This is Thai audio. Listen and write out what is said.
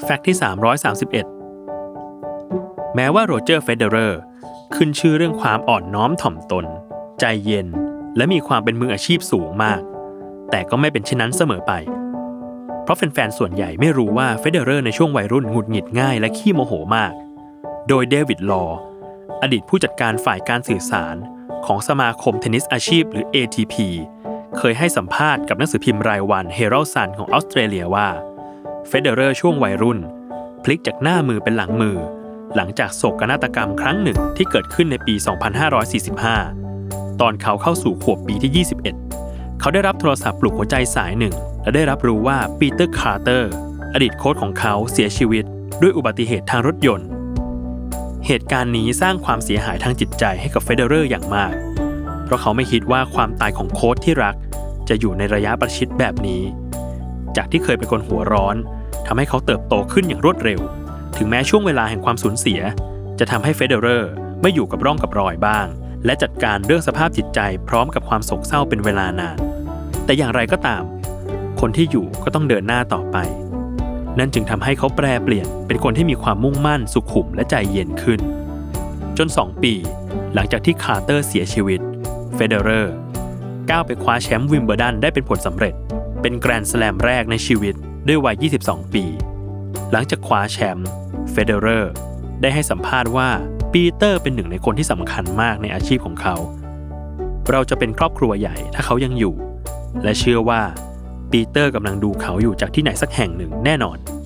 แฟกต์ที่331แม้ว่าโรเจอร์เฟเดอเรอร์ขึ้นชื่อเรื่องความอ่อนน้อมถ่อมตนใจเย็นและมีความเป็นมืออาชีพสูงมากแต่ก็ไม่เป็นเช่นนั้นเสมอไปเพราะแฟนๆส่วนใหญ่ไม่รู้ว่าเฟเดอเรอร์ในช่วงวัยรุ่นหงุดหงิดง่ายและขี้โมโหมากโดยเดวิดลอว์อดีตผู้จัดการฝ่ายการสื่อสารของสมาคมเทนนิสอาชีพหรือ ATP เคยให้สัมภาษณ์กับหนังสือพิมพ์รายวัน Herald Sun ของออสเตรเลียว่าเฟเดอเรอร์ช่วงวัยรุ่นพลิกจากหน้ามือเป็นหลังมือหลังจากโศกนาฏกรรมครั้งหนึ่งที่เกิดขึ้นในปี 2545 ตอนเขาเข้าสู่ขวบปีที่ 21 เขาได้รับโทรศัพท์ปลุกหัวใจสายหนึ่งและได้รับรู้ว่าปีเตอร์คาร์เตอร์อดีตโค้ชของเขาเสียชีวิตด้วยอุบัติเหตุทางรถยนต์เหตุการณ์นี้สร้างความเสียหายทางจิตใจให้กับเฟเดอเรอร์อย่างมากเพราะเขาไม่คิดว่าความตายของโค้ชที่รักจะอยู่ในระยะประชิดแบบนี้จากที่เคยเป็นคนหัวร้อนทำให้เขาเติบโตขึ้นอย่างรวดเร็วถึงแม้ช่วงเวลาแห่งความสูญเสียจะทำให้เฟเดอเรอร์ไม่อยู่กับร่องกับรอยบ้างและจัดการเรื่องสภาพจิตใจพร้อมกับความโศกเศร้าเป็นเวลานานแต่อย่างไรก็ตามคนที่อยู่ก็ต้องเดินหน้าต่อไปนั่นจึงทำให้เขาแปรเปลี่ยนเป็นคนที่มีความมุ่งมั่นสุขุมและใจเย็นขึ้นจน2 ปีหลังจากที่คาร์เตอร์เสียชีวิตเฟเดอเรอร์ก้าวไปคว้าแชมป์วิมเบิลดันได้เป็นผลสำเร็จเป็นแกรนด์สแลมแรกในชีวิตด้วยวัย22 ปีหลังจากคว้าแชมป์เฟเดอเรอร์ได้ให้สัมภาษณ์ว่าปีเตอร์เป็นหนึ่งในคนที่สำคัญมากในอาชีพของเขาเราจะเป็นครอบครัวใหญ่ถ้าเขายังอยู่และเชื่อว่าปีเตอร์กำลังดูเขาอยู่จากที่ไหนสักแห่งหนึ่งแน่นอน